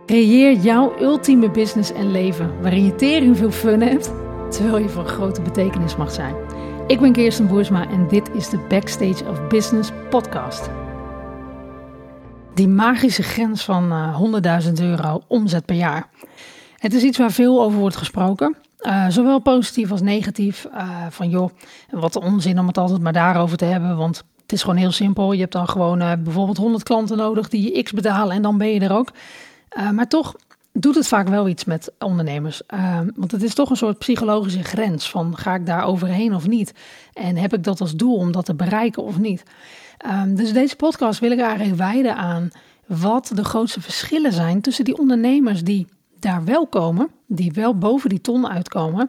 Creëer jouw ultieme business en leven, waarin je tering veel fun hebt, terwijl je van grote betekenis mag zijn. Ik ben Kirsten Boersma en dit is de Backstage of Business podcast. Die magische grens van €100.000 omzet per jaar. Het is iets waar veel over wordt gesproken. Zowel positief als negatief. Van joh, wat onzin om het altijd maar daarover te hebben, want het is gewoon heel simpel. Je hebt dan gewoon bijvoorbeeld 100 klanten nodig die je X betalen en dan ben je er ook. Maar toch doet het vaak wel iets met ondernemers. Want het is toch een soort psychologische grens van ga ik daar overheen of niet? En heb ik dat als doel om dat te bereiken of niet? Dus deze podcast wil ik eigenlijk wijden aan wat de grootste verschillen zijn tussen die ondernemers die daar wel komen, die wel boven die ton uitkomen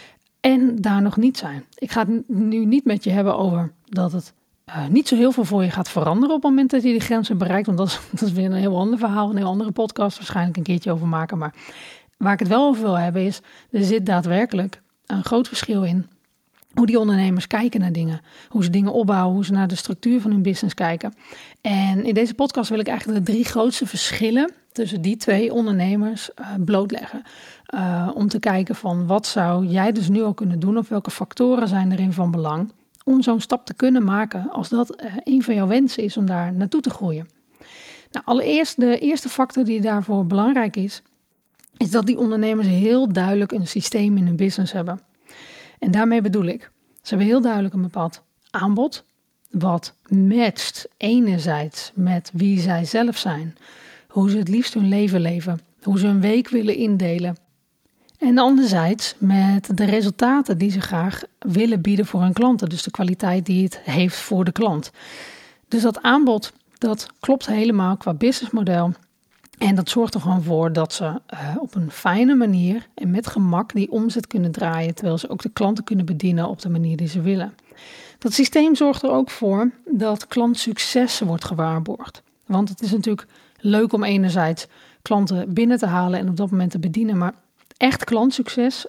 en daar nog niet zijn. Ik ga het nu niet met je hebben over dat het niet zo heel veel voor je gaat veranderen op het moment dat je die grenzen bereikt. Want dat is weer een heel ander verhaal, een heel andere podcast waarschijnlijk een keertje over maken. Maar waar ik het wel over wil hebben is, er zit daadwerkelijk een groot verschil in hoe die ondernemers kijken naar dingen. Hoe ze dingen opbouwen, hoe ze naar de structuur van hun business kijken. En in deze podcast wil ik eigenlijk de 3 grootste verschillen tussen die 2 ondernemers blootleggen. Om te kijken van wat zou jij dus nu al kunnen doen of welke factoren zijn erin van belang om zo'n stap te kunnen maken als dat een van jouw wensen is om daar naartoe te groeien. Nou, allereerst de eerste factor die daarvoor belangrijk is dat die ondernemers heel duidelijk een systeem in hun business hebben. En daarmee bedoel ik, ze hebben heel duidelijk een bepaald aanbod wat matcht enerzijds met wie zij zelf zijn, hoe ze het liefst hun leven leven, hoe ze hun week willen indelen. En anderzijds met de resultaten die ze graag willen bieden voor hun klanten. Dus de kwaliteit die het heeft voor de klant. Dus dat aanbod, dat klopt helemaal qua businessmodel. En dat zorgt er gewoon voor dat ze op een fijne manier en met gemak die omzet kunnen draaien. Terwijl ze ook de klanten kunnen bedienen op de manier die ze willen. Dat systeem zorgt er ook voor dat klantsucces wordt gewaarborgd. Want het is natuurlijk leuk om enerzijds klanten binnen te halen en op dat moment te bedienen. Maar echt klantsucces,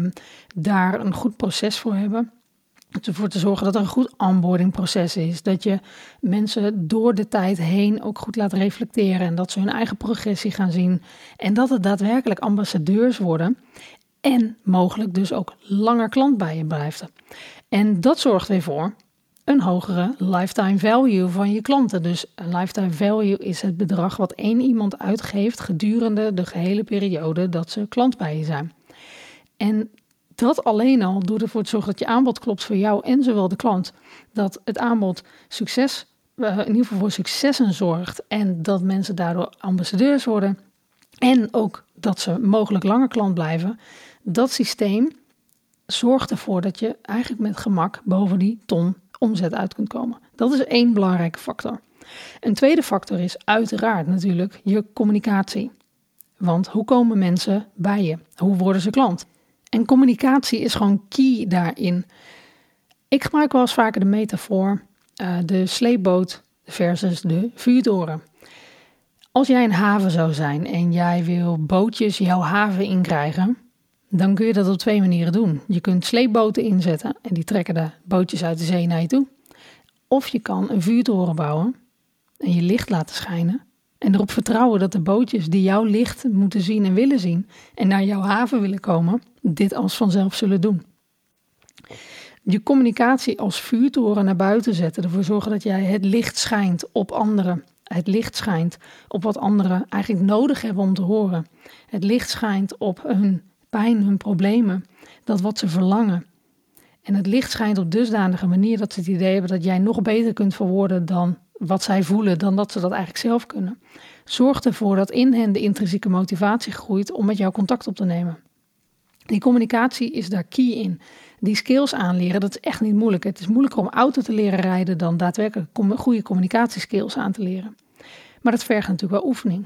daar een goed proces voor hebben. Ervoor te zorgen dat er een goed onboardingproces is. Dat je mensen door de tijd heen ook goed laat reflecteren. En dat ze hun eigen progressie gaan zien. En dat het daadwerkelijk ambassadeurs worden. En mogelijk dus ook langer klant bij je blijven. En dat zorgt weer voor een hogere lifetime value van je klanten. Dus een lifetime value is het bedrag wat 1 iemand uitgeeft gedurende de gehele periode dat ze klant bij je zijn. En dat alleen al doet ervoor te zorgen dat je aanbod klopt voor jou en zowel de klant. Dat het aanbod succes, in ieder geval voor successen zorgt en dat mensen daardoor ambassadeurs worden. En ook dat ze mogelijk langer klant blijven. Dat systeem zorgt ervoor dat je eigenlijk met gemak boven die ton omzet uit kunt komen. Dat is 1 belangrijke factor. Een tweede factor is uiteraard natuurlijk je communicatie. Want hoe komen mensen bij je? Hoe worden ze klant? En communicatie is gewoon key daarin. Ik gebruik wel eens vaker de metafoor, de sleepboot versus de vuurtoren. Als jij een haven zou zijn en jij wil bootjes jouw haven inkrijgen, dan kun je dat op 2 manieren doen. Je kunt sleepboten inzetten en die trekken de bootjes uit de zee naar je toe. Of je kan een vuurtoren bouwen en je licht laten schijnen. En erop vertrouwen dat de bootjes die jouw licht moeten zien en willen zien en naar jouw haven willen komen, dit als vanzelf zullen doen. Je communicatie als vuurtoren naar buiten zetten, ervoor zorgen dat jij het licht schijnt op anderen. Het licht schijnt op wat anderen eigenlijk nodig hebben om te horen. Het licht schijnt op hun pijn, hun problemen, dat wat ze verlangen. En het licht schijnt op dusdanige manier dat ze het idee hebben dat jij nog beter kunt verwoorden dan wat zij voelen, dan dat ze dat eigenlijk zelf kunnen. Zorg ervoor dat in hen de intrinsieke motivatie groeit om met jou contact op te nemen. Die communicatie is daar key in. Die skills aanleren, dat is echt niet moeilijk. Het is moeilijker om auto te leren rijden dan daadwerkelijk goede communicatieskills aan te leren. Maar dat vergt natuurlijk wel oefening.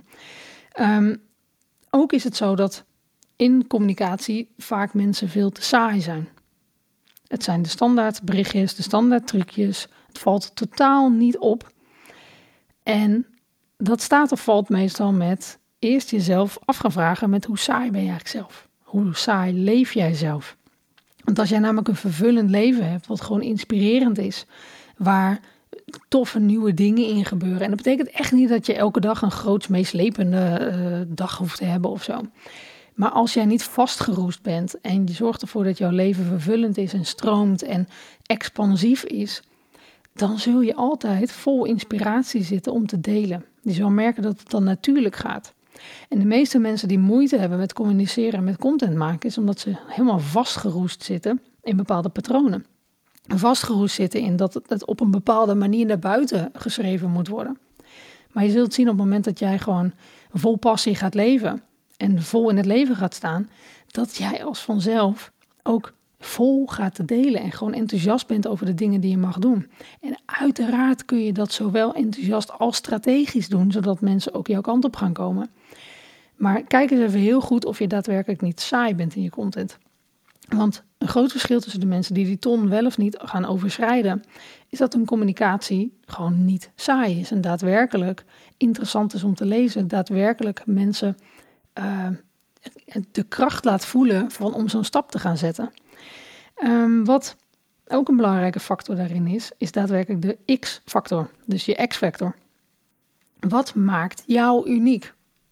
Ook is het zo dat in communicatie vaak mensen veel te saai zijn. Het zijn de standaard berichtjes, de standaard trucjes. Het valt totaal niet op. En dat staat of valt meestal met eerst jezelf af gaan vragen met hoe saai ben je eigenlijk zelf? Hoe saai leef jij zelf? Want als jij namelijk een vervullend leven hebt, wat gewoon inspirerend is, waar toffe nieuwe dingen in gebeuren. En dat betekent echt niet dat je elke dag een groots meeslepende dag hoeft te hebben of zo. Maar als jij niet vastgeroest bent en je zorgt ervoor dat jouw leven vervullend is en stroomt en expansief is, dan zul je altijd vol inspiratie zitten om te delen. Je zal merken dat het dan natuurlijk gaat. En de meeste mensen die moeite hebben met communiceren en met content maken, is omdat ze helemaal vastgeroest zitten in bepaalde patronen. Vastgeroest zitten in dat het op een bepaalde manier naar buiten geschreven moet worden. Maar je zult zien op het moment dat jij gewoon vol passie gaat leven en vol in het leven gaat staan, dat jij als vanzelf ook vol gaat te delen en gewoon enthousiast bent over de dingen die je mag doen. En uiteraard kun je dat zowel enthousiast als strategisch doen, zodat mensen ook jouw kant op gaan komen. Maar kijk eens even heel goed of je daadwerkelijk niet saai bent in je content. Want een groot verschil tussen de mensen die ton wel of niet gaan overschrijden, is dat hun communicatie gewoon niet saai is en daadwerkelijk interessant is om te lezen. Daadwerkelijk mensen de kracht laat voelen om zo'n stap te gaan zetten. Wat ook een belangrijke factor daarin is daadwerkelijk de X-factor, dus je X-factor. Wat maakt jou uniek?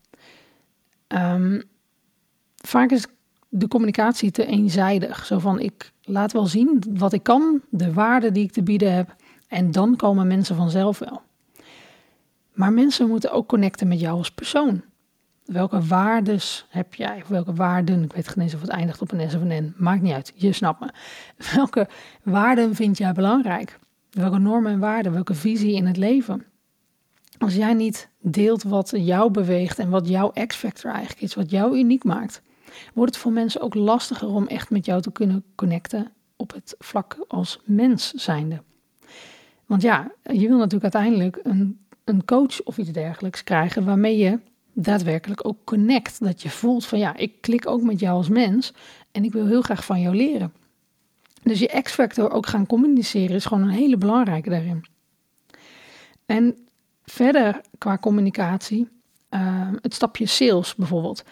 Vaak is de communicatie te eenzijdig. Zo van, ik laat wel zien wat ik kan, de waarde die ik te bieden heb, en dan komen mensen vanzelf wel. Maar mensen moeten ook connecten met jou als persoon. Welke waardes heb jij? Of welke waarden? Ik weet geen eens of het eindigt op een S of een N. Maakt niet uit, je snapt me. Welke waarden vind jij belangrijk? Welke normen en waarden? Welke visie in het leven? Als jij niet deelt wat jou beweegt en wat jouw X-factor eigenlijk is, wat jou uniek maakt, wordt het voor mensen ook lastiger om echt met jou te kunnen connecten op het vlak als mens zijnde. Want ja, je wil natuurlijk uiteindelijk een coach of iets dergelijks krijgen waarmee je daadwerkelijk ook connect. Dat je voelt van ja, ik klik ook met jou als mens en ik wil heel graag van jou leren. Dus je X-factor ook gaan communiceren is gewoon een hele belangrijke daarin. En verder qua communicatie, het stapje sales bijvoorbeeld.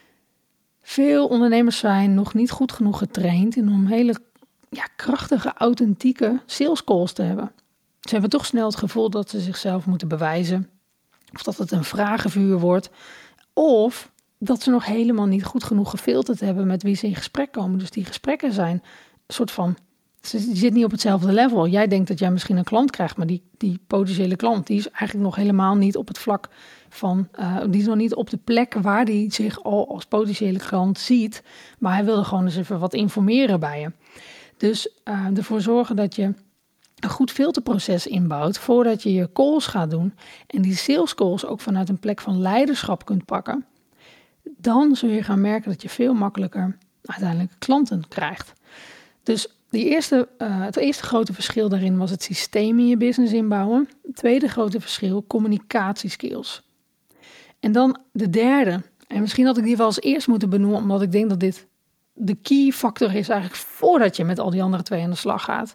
Veel ondernemers zijn nog niet goed genoeg getraind om hele krachtige, authentieke sales calls te hebben. Ze hebben toch snel het gevoel dat ze zichzelf moeten bewijzen. Of dat het een vragenvuur wordt. Of dat ze nog helemaal niet goed genoeg gefilterd hebben met wie ze in gesprek komen. Dus die gesprekken zijn een soort van, je zit niet op hetzelfde level. Jij denkt dat jij misschien een klant krijgt, maar die potentiële klant, die is eigenlijk nog helemaal niet op het vlak van, die is nog niet op de plek waar die zich al als potentiële klant ziet. Maar hij wilde gewoon eens even wat informeren bij je. Dus ervoor zorgen dat je een goed filterproces inbouwt voordat je je calls gaat doen en die sales calls ook vanuit een plek van leiderschap kunt pakken, dan zul je gaan merken dat je veel makkelijker uiteindelijk klanten krijgt. Dus het eerste grote verschil daarin was het systeem in je business inbouwen. Het tweede grote verschil, communicatieskills. En dan de derde, en misschien had ik die wel als eerst moeten benoemen, omdat ik denk dat dit de key factor is eigenlijk voordat je met al die andere twee aan de slag gaat,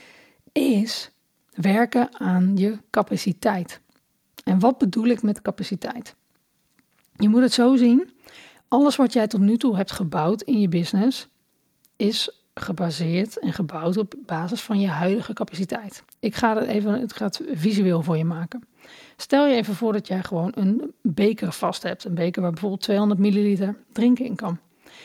is werken aan je capaciteit. En wat bedoel ik met capaciteit? Je moet het zo zien, alles wat jij tot nu toe hebt gebouwd in je business is gebaseerd en gebouwd op basis van je huidige capaciteit. Ik ga het visueel voor je maken. Stel je even voor dat jij gewoon een beker vast hebt. Een beker waar bijvoorbeeld 200 milliliter drinken in kan.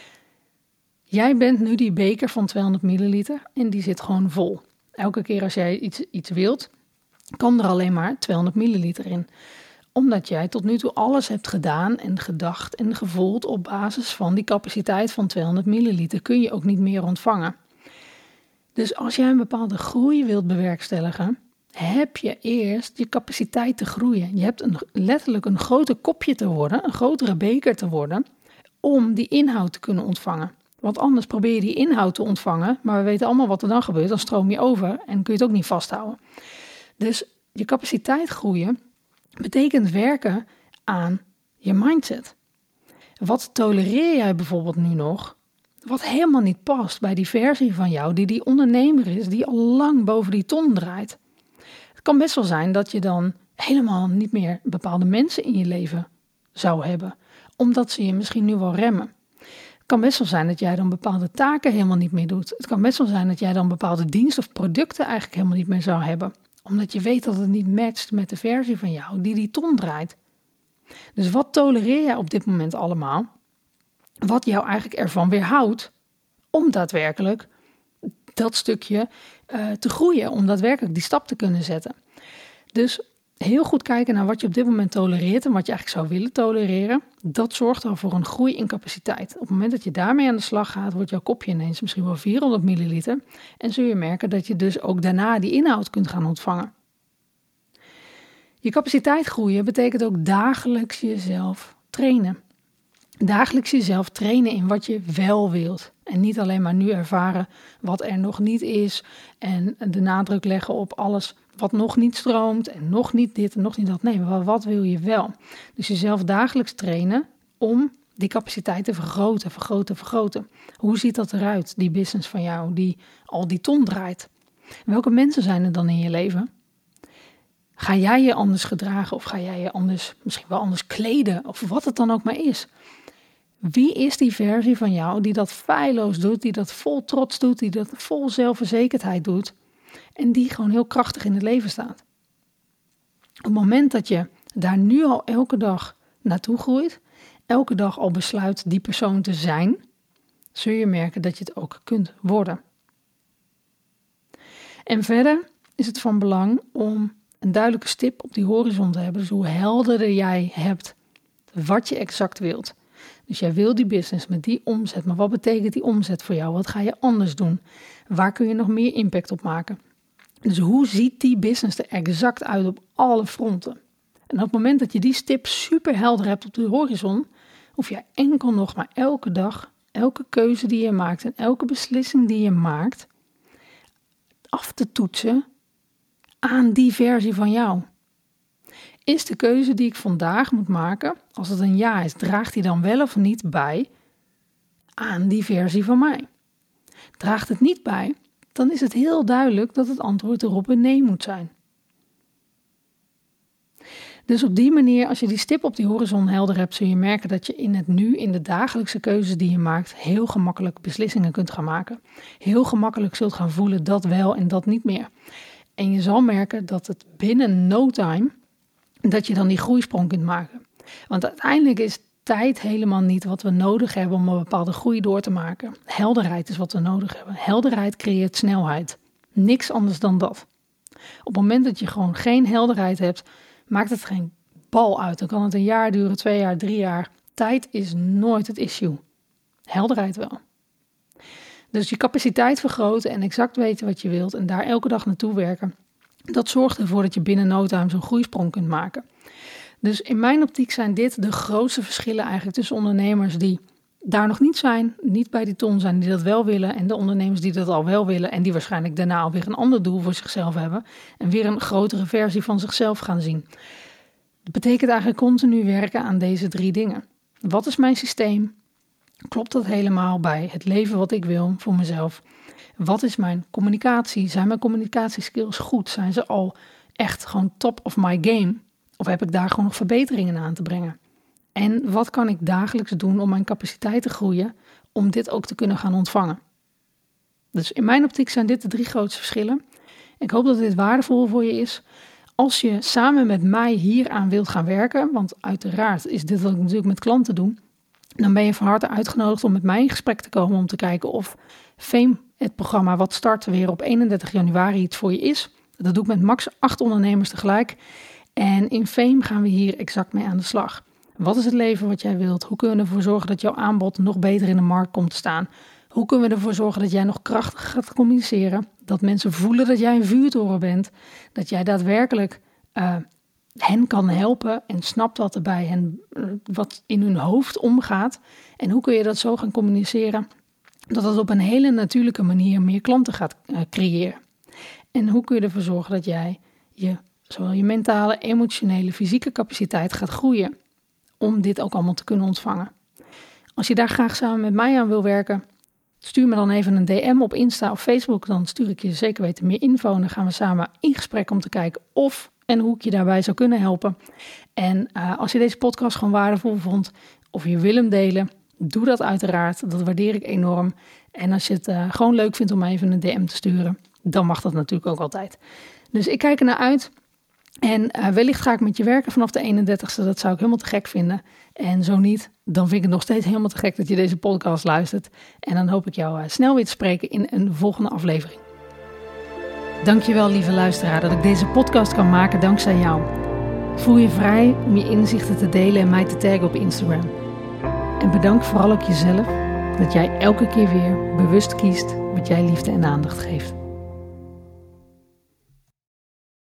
Jij bent nu die beker van 200 milliliter en die zit gewoon vol. Elke keer als jij iets wilt, kan er alleen maar 200 milliliter in. Omdat jij tot nu toe alles hebt gedaan en gedacht en gevoeld op basis van die capaciteit van 200 milliliter. Kun je ook niet meer ontvangen. Dus als jij een bepaalde groei wilt bewerkstelligen, heb je eerst je capaciteit te groeien. Je hebt letterlijk een groter kopje te worden, een grotere beker te worden, om die inhoud te kunnen ontvangen. Want anders probeer je die inhoud te ontvangen, maar we weten allemaal wat er dan gebeurt. Dan stroom je over en kun je het ook niet vasthouden. Dus je capaciteit groeien betekent werken aan je mindset. Wat tolereer jij bijvoorbeeld nu nog, wat helemaal niet past bij die versie van jou, die ondernemer is, die al lang boven die ton draait? Het kan best wel zijn dat je dan helemaal niet meer bepaalde mensen in je leven zou hebben, omdat ze je misschien nu wel remmen. Het kan best wel zijn dat jij dan bepaalde taken helemaal niet meer doet. Het kan best wel zijn dat jij dan bepaalde diensten of producten eigenlijk helemaal niet meer zou hebben, Omdat je weet dat het niet matcht met de versie van jou die ton draait. Dus wat tolereer jij op dit moment allemaal? Wat jou eigenlijk ervan weerhoudt om daadwerkelijk dat stukje te groeien. Om daadwerkelijk die stap te kunnen zetten. Dus heel goed kijken naar wat je op dit moment tolereert en wat je eigenlijk zou willen tolereren. Dat zorgt al voor een groei in capaciteit. Op het moment dat je daarmee aan de slag gaat, wordt jouw kopje ineens misschien wel 400 milliliter. En zul je merken dat je dus ook daarna die inhoud kunt gaan ontvangen. Je capaciteit groeien betekent ook dagelijks jezelf trainen. Dagelijks jezelf trainen in wat je wel wilt. En niet alleen maar nu ervaren wat er nog niet is. En de nadruk leggen op alles wat nog niet stroomt. En nog niet dit en nog niet dat. Nee, maar wat wil je wel? Dus jezelf dagelijks trainen om die capaciteit te vergroten. Hoe ziet dat eruit, die business van jou die al die ton draait? Welke mensen zijn er dan in je leven? Ga jij je anders gedragen of ga jij je misschien wel anders kleden of wat het dan ook maar is? Wie is die versie van jou die dat feilloos doet, die dat vol trots doet, die dat vol zelfverzekerdheid doet en die gewoon heel krachtig in het leven staat? Op het moment dat je daar nu al elke dag naartoe groeit, elke dag al besluit die persoon te zijn, zul je merken dat je het ook kunt worden. En verder is het van belang om een duidelijke stip op die horizon te hebben. Dus hoe helderder jij hebt wat je exact wilt. Dus jij wil die business met die omzet. Maar wat betekent die omzet voor jou? Wat ga je anders doen? Waar kun je nog meer impact op maken? Dus hoe ziet die business er exact uit op alle fronten? En op het moment dat je die stip super helder hebt op de horizon, hoef je enkel nog maar elke dag, elke keuze die je maakt en elke beslissing die je maakt, af te toetsen aan die versie van jou. Is de keuze die ik vandaag moet maken, als het een ja is, draagt die dan wel of niet bij aan die versie van mij? Draagt het niet bij, dan is het heel duidelijk dat het antwoord erop een nee moet zijn. Dus op die manier, als je die stip op die horizon helder hebt, zul je merken dat je in het nu, in de dagelijkse keuzes die je maakt, heel gemakkelijk beslissingen kunt gaan maken. Heel gemakkelijk zult gaan voelen dat wel en dat niet meer. En je zal merken dat het binnen no time, dat je dan die groeisprong kunt maken. Want uiteindelijk is tijd helemaal niet wat we nodig hebben om een bepaalde groei door te maken. Helderheid is wat we nodig hebben. Helderheid creëert snelheid. Niks anders dan dat. Op het moment dat je gewoon geen helderheid hebt, maakt het geen bal uit. Dan kan het een jaar duren, 2 jaar, 3 jaar. Tijd is nooit het issue. Helderheid wel. Dus je capaciteit vergroten en exact weten wat je wilt en daar elke dag naartoe werken. Dat zorgt ervoor dat je binnen no time zo'n groeisprong kunt maken. Dus in mijn optiek zijn dit de grootste verschillen eigenlijk tussen ondernemers die daar nog niet zijn, niet bij die ton zijn, die dat wel willen, en de ondernemers die dat al wel willen en die waarschijnlijk daarna alweer een ander doel voor zichzelf hebben en weer een grotere versie van zichzelf gaan zien. Dat betekent eigenlijk continu werken aan deze 3 dingen. Wat is mijn systeem? Klopt dat helemaal bij het leven wat ik wil voor mezelf? Wat is mijn communicatie? Zijn mijn communicatieskills goed? Zijn ze al echt gewoon top of my game? Of heb ik daar gewoon nog verbeteringen aan te brengen? En wat kan ik dagelijks doen om mijn capaciteit te groeien, om dit ook te kunnen gaan ontvangen? Dus in mijn optiek zijn dit de 3 grootste verschillen. Ik hoop dat dit waardevol voor je is. Als je samen met mij hieraan wilt gaan werken, want uiteraard is dit wat ik natuurlijk met klanten doe, dan ben je van harte uitgenodigd om met mij in gesprek te komen om te kijken of Fame, het programma wat start weer op 31 januari, iets voor je is. Dat doe ik met max 8 ondernemers tegelijk. En in Fame gaan we hier exact mee aan de slag. Wat is het leven wat jij wilt? Hoe kunnen we ervoor zorgen dat jouw aanbod nog beter in de markt komt te staan? Hoe kunnen we ervoor zorgen dat jij nog krachtig gaat communiceren? Dat mensen voelen dat jij een vuurtoren bent. Dat jij daadwerkelijk hen kan helpen en snapt wat er bij hen, wat in hun hoofd omgaat. En hoe kun je dat zo gaan communiceren dat het op een hele natuurlijke manier meer klanten gaat creëren? En hoe kun je ervoor zorgen dat jij zowel je mentale, emotionele, fysieke capaciteit gaat groeien om dit ook allemaal te kunnen ontvangen? Als je daar graag samen met mij aan wil werken, stuur me dan even een DM op Insta of Facebook. Dan stuur ik je zeker weten meer info en dan gaan we samen in gesprek om te kijken of en hoe ik je daarbij zou kunnen helpen. En als je deze podcast gewoon waardevol vond of je wil hem delen, doe dat uiteraard. Dat waardeer ik enorm. En als je het gewoon leuk vindt om even een DM te sturen, dan mag dat natuurlijk ook altijd. Dus ik kijk er naar uit. En wellicht ga ik met je werken vanaf de 31ste. Dat zou ik helemaal te gek vinden. En zo niet, dan vind ik het nog steeds helemaal te gek dat je deze podcast luistert. En dan hoop ik jou snel weer te spreken in een volgende aflevering. Dankjewel, lieve luisteraar, dat ik deze podcast kan maken dankzij jou. Voel je vrij om je inzichten te delen en mij te taggen op Instagram. En bedank vooral ook jezelf dat jij elke keer weer bewust kiest wat jij liefde en aandacht geeft.